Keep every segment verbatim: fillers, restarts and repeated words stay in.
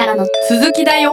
からの続きだよ。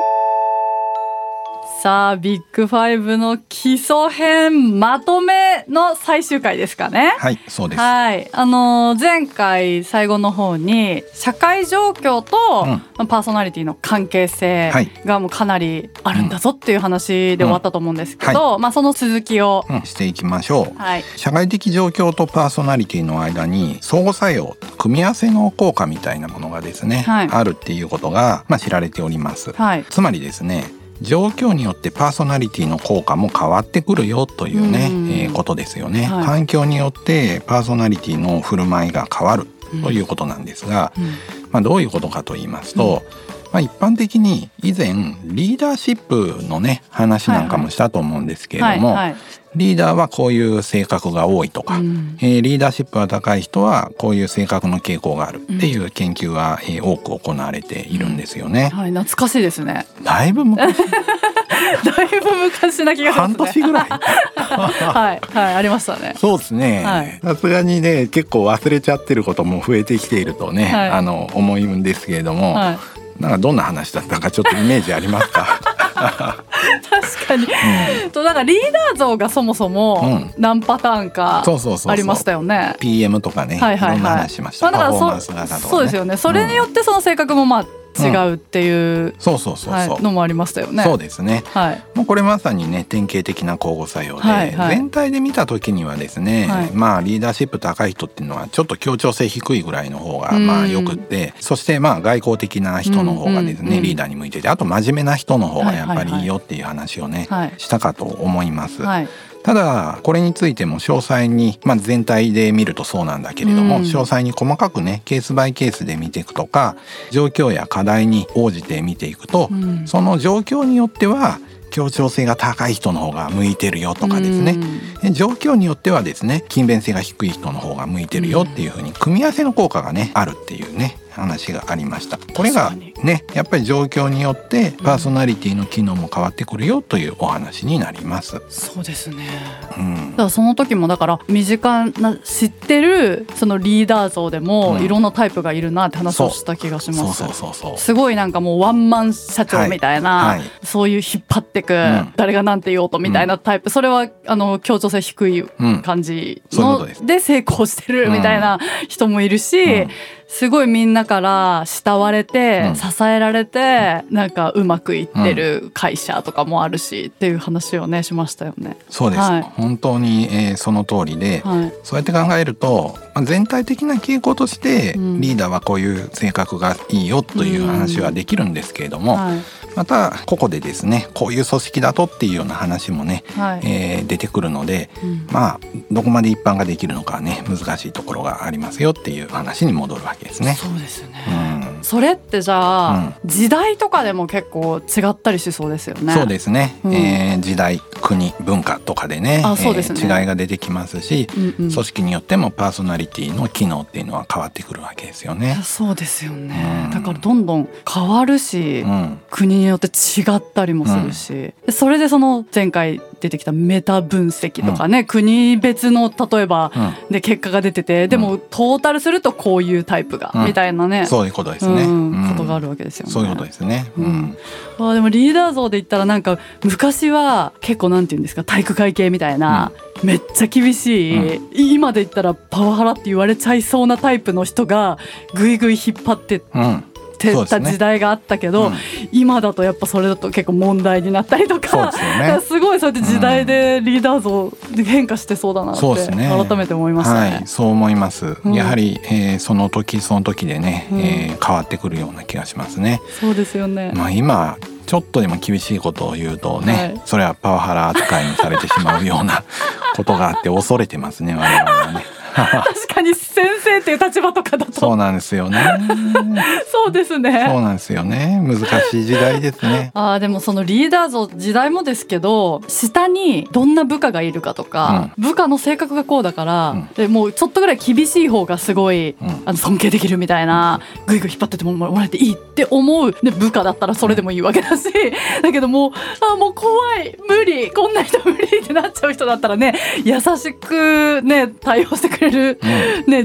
さあビッグファイブの基礎編まとめの最終回ですかね。 はい、そうです。 はい、あのー、前回最後の方に社会状況と、うん、パーソナリティの関係性がもうかなりあるんだぞっていう話で終わったと思うんですけど、うんうん、まあ、その続きを、 うん、していきましょう、 はい、 社会的状況とパーソナリティの間に相互作用、組み合わせの効果みたいなものがですね、はい、あるっていうことが、まあ、知られております、はい、つまりですね、状況によってパーソナリティの効果も変わってくるよというね、うんえー、ことですよね、はい、環境によってパーソナリティの振る舞いが変わるということなんですが、うんまあ、どういうことかと言いますと、うんまあ、一般的に以前リーダーシップのね話なんかもしたと思うんですけれども、はいはいはい、リーダーはこういう性格が多いとか、うんえー、リーダーシップが高い人はこういう性格の傾向があるっていう研究が、えー、多く行われているんですよね、 うんはい、懐かしいですね。 だいぶ昔だいぶ昔な気がしますね。 半年ぐらいはい、はい、ありましたね。 そうですね、さすがにね結構忘れちゃってることも増えてきているとね、はい、あの思うんですけれども、はい、なんかどんな話だったかちょっとイメージありますか？ 確かに、うん、となんかリーダー像がそもそも何パターンかありましたよね。 ピーエム とかね、はいはいはい、いろんな話しました、まあ、パフォーマンス型とかね。 そうですよね、それによってその性格もまあ違うっていうのもありましたよね。 そうですね、はい、もうこれまさにね典型的な交互作用で、はいはい、全体で見た時にはですね、はい、まあリーダーシップ高い人っていうのはちょっと協調性低いぐらいの方がまあよくって、そしてまあ外交的な人の方がですね、リーダーに向いてて、あと真面目な人の方がやっぱりいいよっていう話をね、はいはいはい、したかと思います、はい。ただこれについても詳細に、まあ、全体で見るとそうなんだけれども、うん、詳細に細かくねケースバイケースで見ていくとか、状況や課題に応じて見ていくと、うん、その状況によっては協調性が高い人の方が向いてるよとかですね、うん、状況によってはですね勤勉性が低い人の方が向いてるよっていうふうに組み合わせの効果がねあるっていうね話がありました。これがねやっぱり状況によってパーソナリティの機能も変わってくるよというお話になります。 そうですね、うん、だからその時もだから身近な知ってるそのリーダー像でもいろんなタイプがいるなって話をした気がします。すごいなんかもうワンマン社長みたいな、はいはい、そういう引っ張ってく、うん、誰がなんて言おうとみたいなタイプ、うん、それはあの協調性低い感じの、うん、で成功してるみたいな人もいるし、うん、すごいみんなから慕われて、うん、支えられてなんかうまくいってる会社とかもあるし、うん、っていう話をねしましたよね。 そうです、はい、本当に、えー、その通りで、はい、そうやって考えると、まあ、全体的な傾向として、うん、リーダーはこういう性格がいいよという話はできるんですけれども、うんはい、またここでですねこういう組織だとっていうような話もね、はいえー、出てくるので、うん、まあどこまで一般ができるのかはね難しいところがありますよっていう話に戻るわけですね。 そうですね、うん、それってじゃあ、うん、時代とかでも結構違ったりしそうですよね。 そうですね、うんえー、時代国文化とかで ね, あそうですね、えー、違いが出てきますし、うんうん、組織によってもパーソナリティの機能っていうのは変わってくるわけですよね。 そうですよね、うん、だからどんどん変わるし、うん、国によって違ったりもするし、うん、それでその前回出てきたメタ分析とかね、うん、国別の例えば、うん、で結果が出てて、でもトータルするとこういうタイプが、うん、みたいなね、 そういうことですね、 うんうん、ことがあるわけですよね。 そういうことですね、うんうん、あでもリーダー像で言ったらなんか昔は結構なんていうんですか体育会系みたいな、うん、めっちゃ厳しい、うん、今で言ったらパワハラって言われちゃいそうなタイプの人がぐいぐい引っ張ってうんてた時代があったけど、ねうん、今だとやっぱそれだと結構問題になったりとか、そうですよね、すごいそうやって時代でリーダー像変化してそうだなって改めて思いましたね。 はい、そう思います、うん、やはり、えー、その時その時でね、うんえー、変わってくるような気がしますね。 そうですよね、 まあ、今ちょっとでも厳しいことを言うとね、はい、それはパワハラ扱いにされてしまうようなことがあって恐れてますね我々はね。 確かに先生っていう立場とかだとそうなんですよね。 そうですね、 そうなんですよね、難しい時代ですね。 あでもそのリーダー像時代もですけど、下にどんな部下がいるかとか、うん、部下の性格がこうだから、うん、でもうちょっとぐらい厳しい方がすごい、うん、あの尊敬できるみたいな、ぐいぐい引っ張っててもらえていいって思う、ね、部下だったらそれでもいいわけだし、だけどもうあもう怖い無理こんな人無理ってなっちゃう人だったらね優しくね対応してくれる、うんね、上司と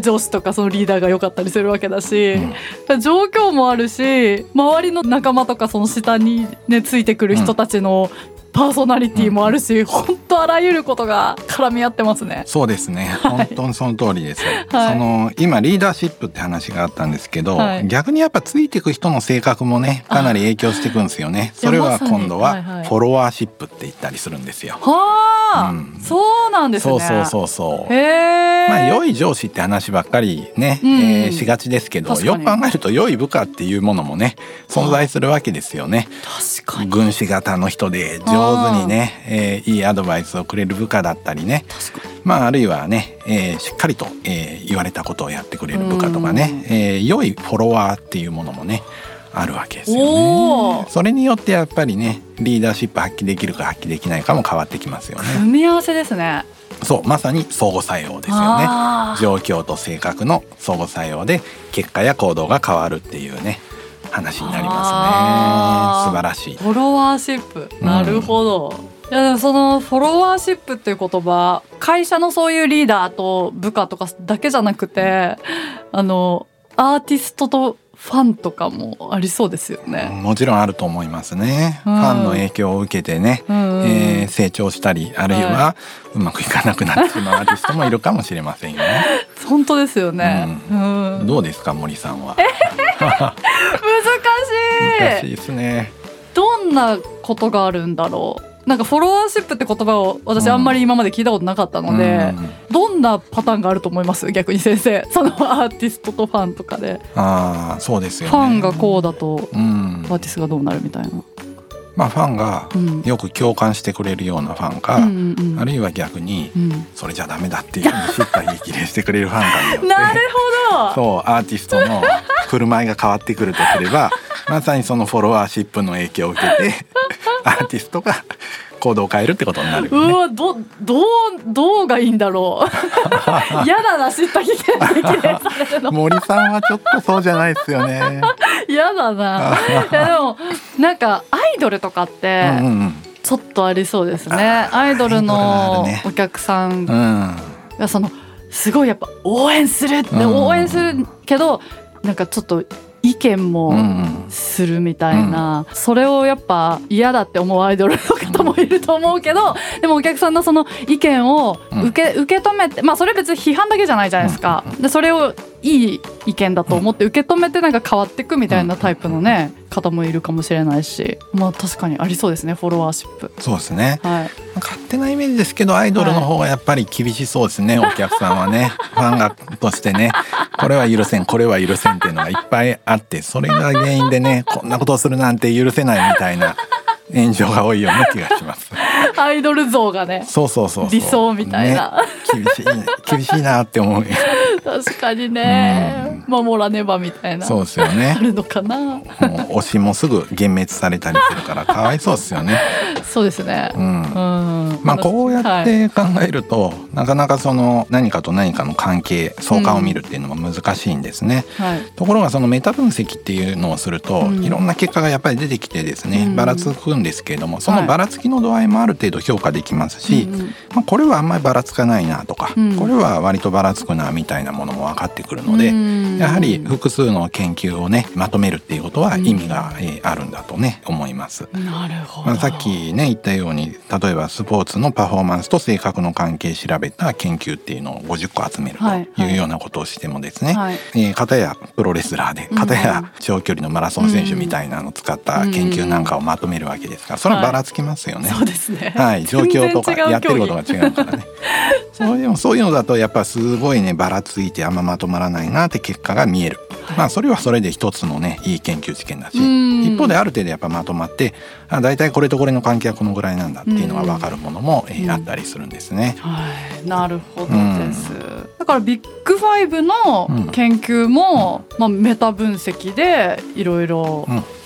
とかそのリーダーが良かったりするわけだし、うん、状況もあるし周りの仲間とかその下に、ね、ついてくる人たちのパーソナリティもあるし、うん、本当あらゆることが絡み合ってますね。 そうですね、はい、本当にその通りです、はい、その今リーダーシップって話があったんですけど、はい、逆にやっぱついていく人の性格もねかなり影響していくんですよね。それは今度はフォロワーシップって言ったりするんですよ。 はあ、うん、そうなんですね。 そうそうそうそう。 へー、 まあ良い上司って話ばっかりね、うん、えー、しがちですけど、よく考えると良い部下っていうものもね存在するわけですよね。 確かに軍師型の人で上手にね、えー、いいアドバイスをくれる部下だったりね、まあ、あるいはね、えー、しっかりと、えー、言われたことをやってくれる部下とかね、えー、良いフォロワーっていうものもねあるわけですよね。それによってやっぱりねリーダーシップ発揮できるか発揮できないかも変わってきますよね。 組み合わせですね。 そうまさに相互作用ですよね。状況と性格の相互作用で結果や行動が変わるっていうね話になりますね。素晴らしい。 フォロワーシップ、なるほど、うん、いやでもそのフォロワーシップっていう言葉会社のそういうリーダーと部下とかだけじゃなくてあのアーティストとファンとかもありそうですよね。 もちろんあると思いますね、うん、ファンの影響を受けてね、うんうん、えー、成長したりあるいはうまくいかなくなってしまうアーティストもいるかもしれませんよね。 本当ですよね、 うんうん、どうですか森さんは。 難しい難しいですね。 どんなことがあるんだろう。なんかフォロワーシップって言葉を私あんまり今まで聞いたことなかったので、うん、どんなパターンがあると思います？逆に先生、そのアーティストとファンとかで。 ああ、そうですよね。 ファンがこうだと、うん、アーティストがどうなるみたいな。 まあ、ファンがよく共感してくれるようなファンか、うんうんうん、あるいは逆にそれじゃダメだっていうふうに叱咤激励してくれるファンかによってなるほど、 そうアーティストの振る舞いが変わってくるとすればまさにそのフォロワーシップの影響を受けてアーティストが行動を変えるってことになるよね。 うわ、どどうどうがいいんだろう。嫌だな、叱咤激励激励されるの。 森さんはちょっとそうじゃないですよね。 嫌だな。いやでもなんかアイドルとかってちょっとありそうですね。アイドルのお客さんがそのすごいやっぱ応援するって応援するけど、なんかちょっと意見もするみたいな、うん、それをやっぱ嫌だって思うアイドルの方もいると思うけど、でもお客さんのその意見を受け、受け止めて、まあそれ別に批判だけじゃないじゃないですか。でそれをいい意見だと思って受け止めてなんか変わっていくみたいなタイプのね方もいるかもしれないし、まあ確かにありそうですね、フォロワーシップ。 そうですね、はい、勝手なイメージですけどアイドルの方がやっぱり厳しそうですね、はい、お客さんはねファンがとしてねこれは許せんこれは許せんっていうのがいっぱいあって、それが原因でねこんなことをするなんて許せないみたいな炎上が多いような気がします。 アイドル像がね、 そうそうそうそう、 理想みたいな、 ね、厳しい厳しいなって思う。 確かにね、守らねばみたいな、 そうですよね、 あるのかな。もう推しもすぐ幻滅されたりするからかわいそうですよね。 そうですね、うん、 うん、まあこうやって考えると、はい、なかなかその何かと何かの関係相関を見るっていうのが難しいんですね、うん、はい、ところがそのメタ分析っていうのをすると、うん、いろんな結果がやっぱり出てきてですね、ばらつくんですけれども、そのばらつきの度合いもある程度評価できますし、はい、まあ、これはあんまりばらつかないなとか、うん、これは割とばらつくなみたいなものも分かってくるので、うん、やはり複数の研究をねまとめるっていうことは意味が、うん、あるんだとね思います。 なるほど、 まあ、さっきね言ったように、例えばスポーツのパフォーマンスと性格の関係調べた研究っていうのをごじゅっこ集めるというようなことをしてもですね、はいはい、えー、片やプロレスラーで片や長距離のマラソン選手みたいなのを使った研究なんかをまとめるわけですから、それはばらつきますよね、はい、 そうですね、 はい、状況とかやってることが違うからねそういうの、そういうのだとやっぱすごいねばらついてあんままとまらないなって結果が見える、はい、まあそれはそれで一つのねいい研究知見だし、一方である程度やっぱまとまって、あ、だいたいこれとこれの関係はこのぐらいなんだっていうのが分かるものも、えー、あったりするんですね、 はい、なるほどです、うん、だからビッグファイブの研究も、うん、まあ、メタ分析でいろいろ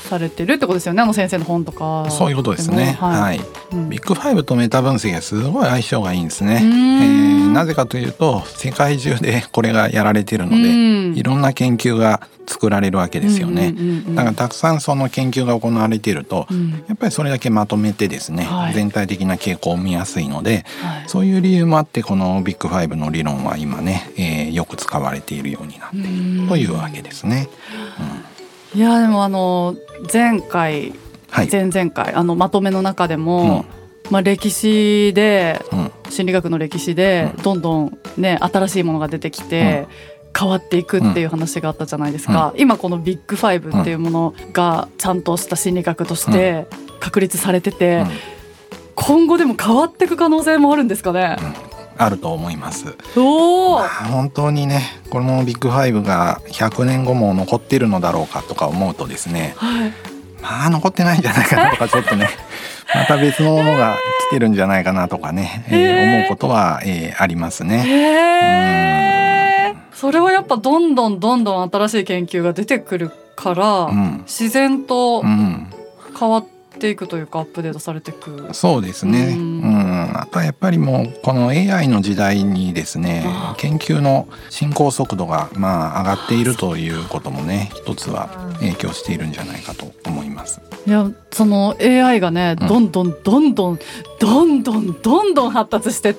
されてるってことですよね、あの先生の本とか。 そういうことですね。はい、はいうん、ビッグファイブとメタ分析はすごい相性がいいんですね。えー、なぜかというと世界中でこれがやられているのでいろんな研究が作られるわけですよね。だからたくさんその研究が行われていると、うん、やっぱりそれだけまとめてですね、はい、全体的な傾向を見やすいので、はい、そういう理由もあってこのビッグファイブの理論は今ね、えー、よく使われているようになっているというわけですね。 うん、いやでもあの前回、はい、前々回あのまとめの中でも、うんまあ、歴史で、うん、心理学の歴史で、うん、どんどんね新しいものが出てきて、うん変わっていくっていう話があったじゃないですか、うん、今このビッグファイブっていうものがちゃんとした心理学として確立されてて、うん、今後でも変わっていく可能性もあるんですかね。 うん、あると思います。 おー、 まあ、本当にねこのビッグファイブがひゃくねんごも残っているのだろうかとか思うとですね、はい、まあ残ってないんじゃないかなとかちょっとねまた別のものが来てるんじゃないかなとかね、えー、思うことは、えー、ありますね。 へー、うんそれはやっぱどんどんどんどん新しい研究が出てくるから、うん、自然と変わっていくというかアップデートされていく。 そうですね、うんうん、あとはやっぱりもうこの エーアイ の時代にですね研究の進行速度がまあ上がっているということもね一つは影響しているんじゃないかと思います。 いやその エーアイ がねどんどんどんどんどんどんどんどん発達してって、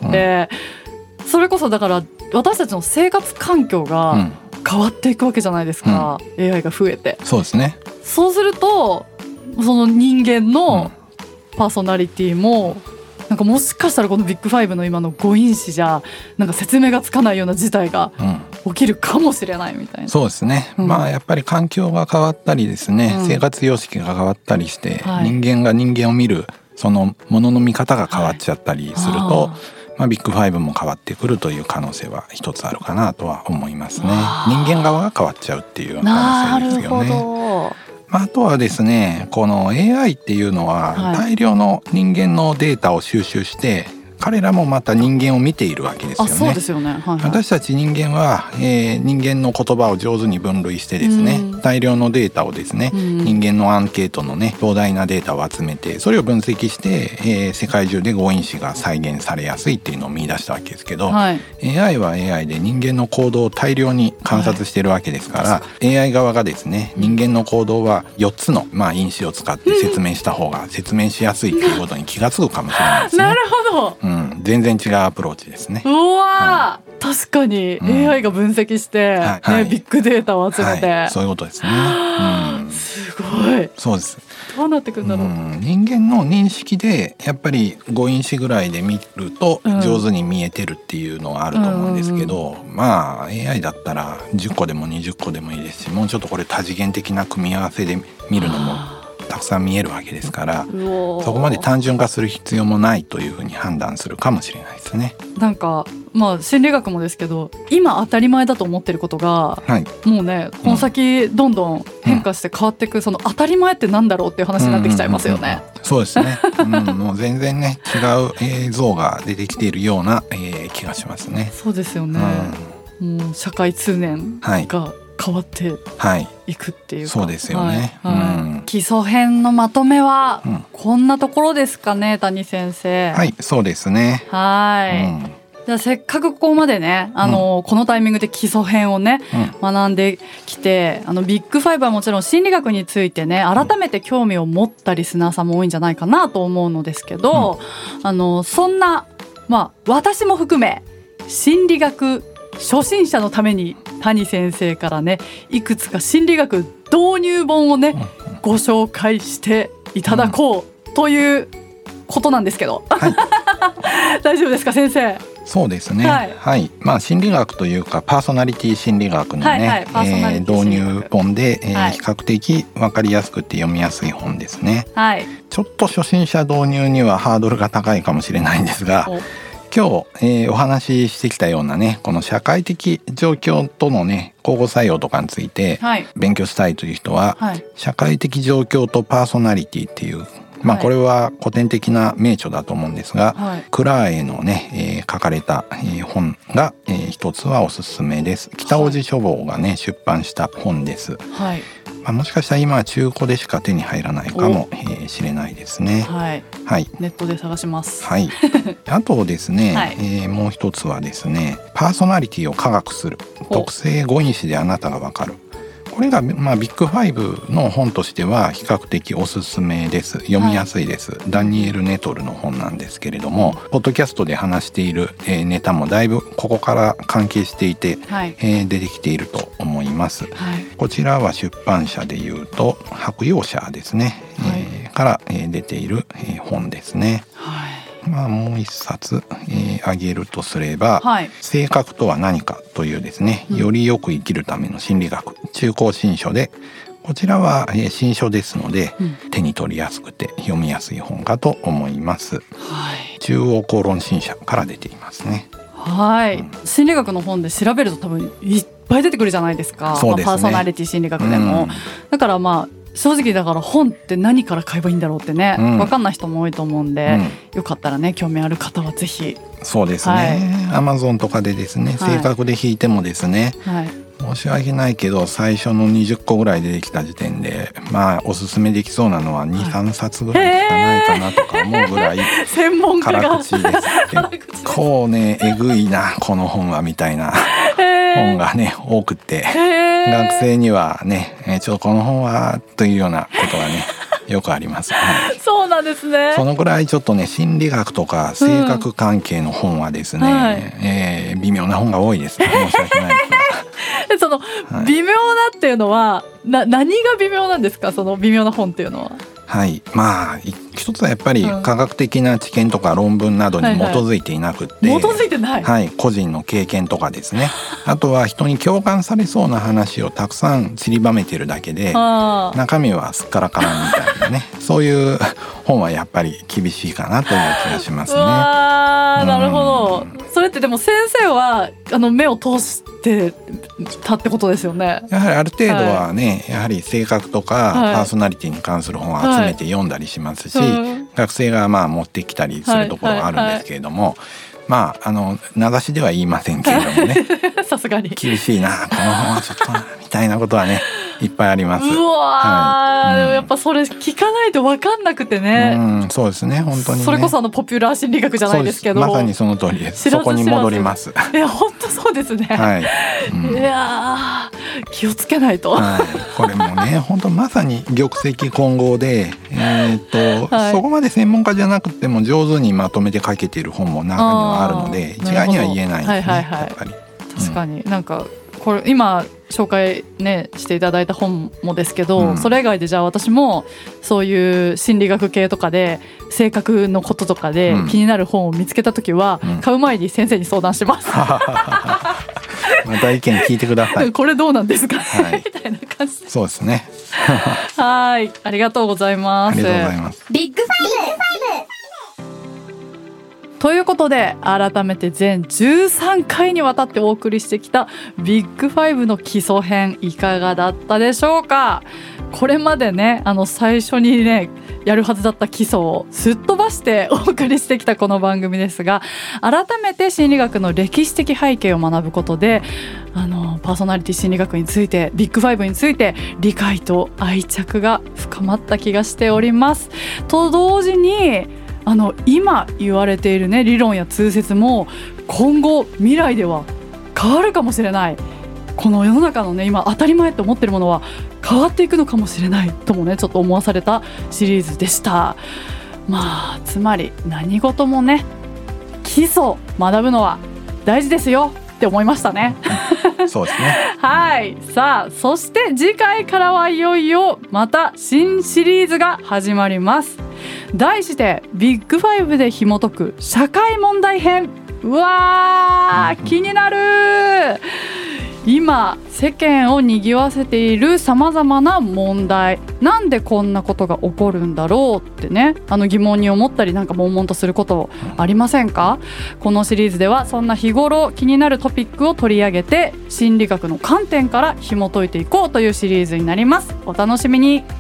うん、それこそだから私たちの生活環境が変わっていくわけじゃないですか、うん、エーアイ が増えて。 そうですね。 そうするとその人間のパーソナリティもなんかもしかしたらこのビッグファイブの今の誤因子じゃなんか説明がつかないような事態が起きるかもしれないみたいな、うん、 そうですね、うん、まあやっぱり環境が変わったりですね、うん、生活様式が変わったりして、はい、人間が人間を見るそのものの見方が変わっちゃったりすると、はいまあ、ビッグファイブも変わってくるという可能性は一つあるかなとは思いますね。人間側が変わっちゃうっていう可能性ですよね。なるほど。まあ、あとはですねこの エーアイ っていうのは大量の人間のデータを収集して彼らもまた人間を見ているわけですよね。 あ、そうですよね、はいはい、 私たち人間は、えー、人間の言葉を上手に分類してですね、うん、大量のデータをですね、うん、人間のアンケートのね膨大なデータを集めてそれを分析して、えー、世界中で誤因子が再現されやすいっていうのを見出したわけですけど、はい、エーアイ は エーアイ で人間の行動を大量に観察しているわけですから、はい、エーアイ 側がですね人間の行動はよっつの、まあ、因子を使って説明した方が説明しやすいっていうことに気がつくかもしれないですね。 なるほど、 うん、全然違うアプローチですね。 うわ、うん、確かに エーアイ が分析して、うんはいね、ビッグデータを集めて、 はい、そういうことですね、うん、 すごい。 そうです。 どうなってくるんだろう、うん、人間の認識でやっぱりご因子ぐらいで見ると上手に見えてるっていうのはあると思うんですけど、うんうんうん、まあ エーアイ だったらじゅっこでもにじゅっこでもいいですしもうちょっとこれ多次元的な組み合わせで見るのもたくさん見えるわけですからそこまで単純化する必要もないというふうに判断するかもしれないですね。 なんかまあ心理学もですけど今当たり前だと思ってることが、はい、もうねこの先どんどん変化して変わっていく、うん、その当たり前ってなんだろうっていう話になってきちゃいますよね、うんうんうんうん、 そうですね、うん、もう全然ね違う映像が出てきているような、えー、気がしますね。 そうですよね、うん、もう社会通念が、はい変わっていくっていうか、 はい、そうですよね、 はいはいうん、基礎編のまとめはこんなところですかね、谷先生。 はい、そうですね。 はい、うん、じゃあせっかくここまでねあの、うん、このタイミングで基礎編をね、うん、学んできてあのビッグファイブはもちろん心理学についてね改めて興味を持ったリスナーさんも多いんじゃないかなと思うのですけど、うん、あのそんな、まあ、私も含め心理学初心者のために谷先生からねいくつか心理学導入本をねご紹介していただこうということなんですけど、はい、大丈夫ですか先生。 そうですね、はいはい、まあ心理学というかパーソナリティ心理学のね導入本で、えーはい、比較的分かりやすくて読みやすい本ですね、はい、ちょっと初心者導入にはハードルが高いかもしれないんですが今日、えー、お話ししてきたようなねこの社会的状況とのね交互作用とかについて勉強したいという人は、はい、社会的状況とパーソナリティっていうまあこれは古典的な名著だと思うんですが、はい、クラーエのね、えー、書かれた、えー、本が、えー、一つはおすすめです。北大路書房がね出版した本です、はい、 まあ、もしかしたら今は中古でしか手に入らないかもしれないですね。 はい、はい、ネットで探します。 はい、あとですね、はい、えー、もう一つはですね、パーソナリティを科学する特性ご因子であなたがわかる。これが、まあ、ビッグファイブの本としては比較的おすすめです。読みやすいです、はい、ダニエル・ネトルの本なんですけれども、ポッドキャストで話している、えー、ネタもだいぶここから関係していて、はい、えー、出てきていると思います、はい、こちらは出版社でいうと白洋社ですね、はい、えー、から、えー、出ている、えー、本ですね。はい、まあ、もう一冊、えー、挙げるとすれば、はい、性格とは何かというですね、よりよく生きるための心理学、中高新書で、こちらは、えー、新書ですので、うん、手に取りやすくて読みやすい本かと思います、はい、中央公論新社から出ていますね。 はい、うん、心理学の本で調べると多分いっぱい出てくるじゃないですか。 そうですね、 まあ、パーソナリティ心理学でも、うん、だからまあ正直だから本って何から買えばいいんだろうってね、うん、分かんない人も多いと思うんで、うん、よかったらね興味ある方はぜひ。 そうですね、アマゾンとかでですね、性格で引いてもですね、はい、申し訳ないけど最初のにじゅっこぐらい出てきた時点でまあおすすめできそうなのは にさんさつぐらいしかないかなとか思うぐらい専門家が辛口です。結構ねえぐいなこの本はみたいな本がね多くて、学生にはねちょっとこの本はというようなことがねよくあります、はい、 そうなんですね。 そのぐらいちょっとね心理学とか性格関係の本はですね、うん、はい、えー、微妙な本が多いです。申し訳ないですその、はい、微妙なっていうのはな何が微妙なんですか、その微妙な本っていうのは。 はい、まあ一つはやっぱり科学的な知見とか論文などに基づいていなくて、はいはい、基づいてない、 はい、個人の経験とかですねあとは人に共感されそうな話をたくさん散りばめてるだけで中身はすっからかんみたいなねそういう本はやっぱり厳しいかなという気がしますね。 あ、なるほど。それってでも先生はあの目を通してたってことですよね。 やはりある程度はね、はい、やはり性格とかパーソナリティに関する本を集めて読んだりしますし、はいはい、学生がまあ持ってきたりするところがあるんですけれども、はいはいはい、まああの名指しでは言いませんけれどもねさすがに厳しいなこの本はちょっとなみたいなことはねいっぱいあります。 うわ、はい、うん、でもやっぱそれ聞かないと分かんなくてね、 うん、そうですね本当にね。 それこそあのポピュラー心理学じゃないですけど、 まさにその通りです。そこに戻ります。 いや本当そうですね、はい、うん、いや気をつけないと、はい、 これもね本当まさに玉石混合で、えーっとはい、そこまで専門家じゃなくても上手にまとめて書けている本も中にはあるので一概には言えないんですね、はいはいはい、やっぱり確かに、うん、なんかこれ今紹介ねしていただいた本もですけど、うん、それ以外でじゃあ私もそういう心理学系とかで性格のこととかで気になる本を見つけたときは、うん、買う前に先生に相談します、うん、 また意見聞いてくださいこれどうなんですか、はい、みたいな感じで。 そうですねはい、ありがとうございます。 ありがとうございます。 ビッグファイブということで改めて全じゅうさんかいにわたってお送りしてきたビッグファイブの基礎編いかがだったでしょうか。これまでねあの最初にねやるはずだった基礎をすっ飛ばしてお送りしてきたこの番組ですが、改めて心理学の歴史的背景を学ぶことであのパーソナリティ心理学についてビッグファイブについて理解と愛着が深まった気がしております。と同時にあの今言われているね理論や通説も今後未来では変わるかもしれない、この世の中のね今当たり前と思ってるものは変わっていくのかもしれないともねちょっと思わされたシリーズでした。まあつまり何事もね基礎学ぶのは大事ですよって思いましたねそうですねはい、さあそして次回からはいよいよまた新シリーズが始まります。題してビッグファイブで紐解く社会問題編。うわー気になる。今世間を賑わせているさまざまな問題、なんでこんなことが起こるんだろうってねあの疑問に思ったりなんか悶々とすることありませんか。このシリーズではそんな日頃気になるトピックを取り上げて心理学の観点から紐解いていこうというシリーズになります。お楽しみに。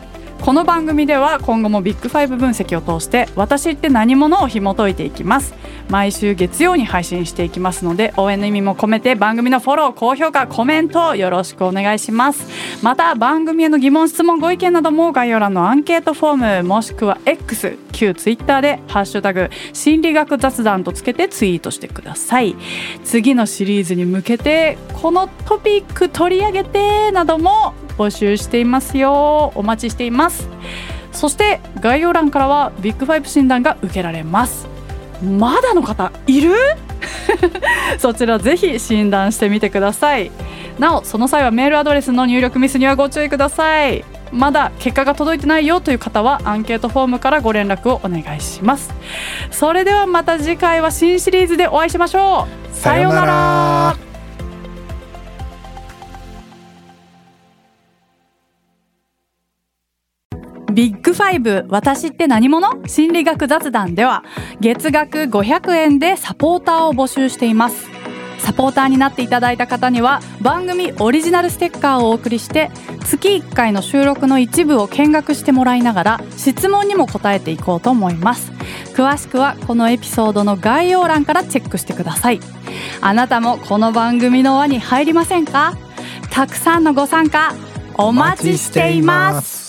この番組では今後もビッグファイブ分析を通して私って何者を紐解いていきます。毎週月曜に配信していきますので、応援の意味も込めて番組のフォロー、高評価、コメントよろしくお願いします。また番組への疑問、質問、ご意見なども概要欄のアンケートフォームもしくは X、旧 Twitter でハッシュタグ心理学雑談とつけてツイートしてください。次のシリーズに向けてこのトピック取り上げてなども募集していますよ。お待ちしています。そして概要欄からはビッグファイブ診断が受けられます。まだの方いるそちらぜひ診断してみてください。なおその際はメールアドレスの入力ミスにはご注意ください。まだ結果が届いてないよという方はアンケートフォームからご連絡をお願いします。それではまた次回は新シリーズでお会いしましょう。さようなら。ビッグファイブ私って何者？心理学雑談では月額ごひゃくえんでサポーターを募集しています。サポーターになっていただいた方には番組オリジナルステッカーをお送りして、月いっかいの収録の一部を見学してもらいながら質問にも答えていこうと思います。詳しくはこのエピソードの概要欄からチェックしてください。あなたもこの番組の輪に入りませんか？たくさんのご参加お待ちしています。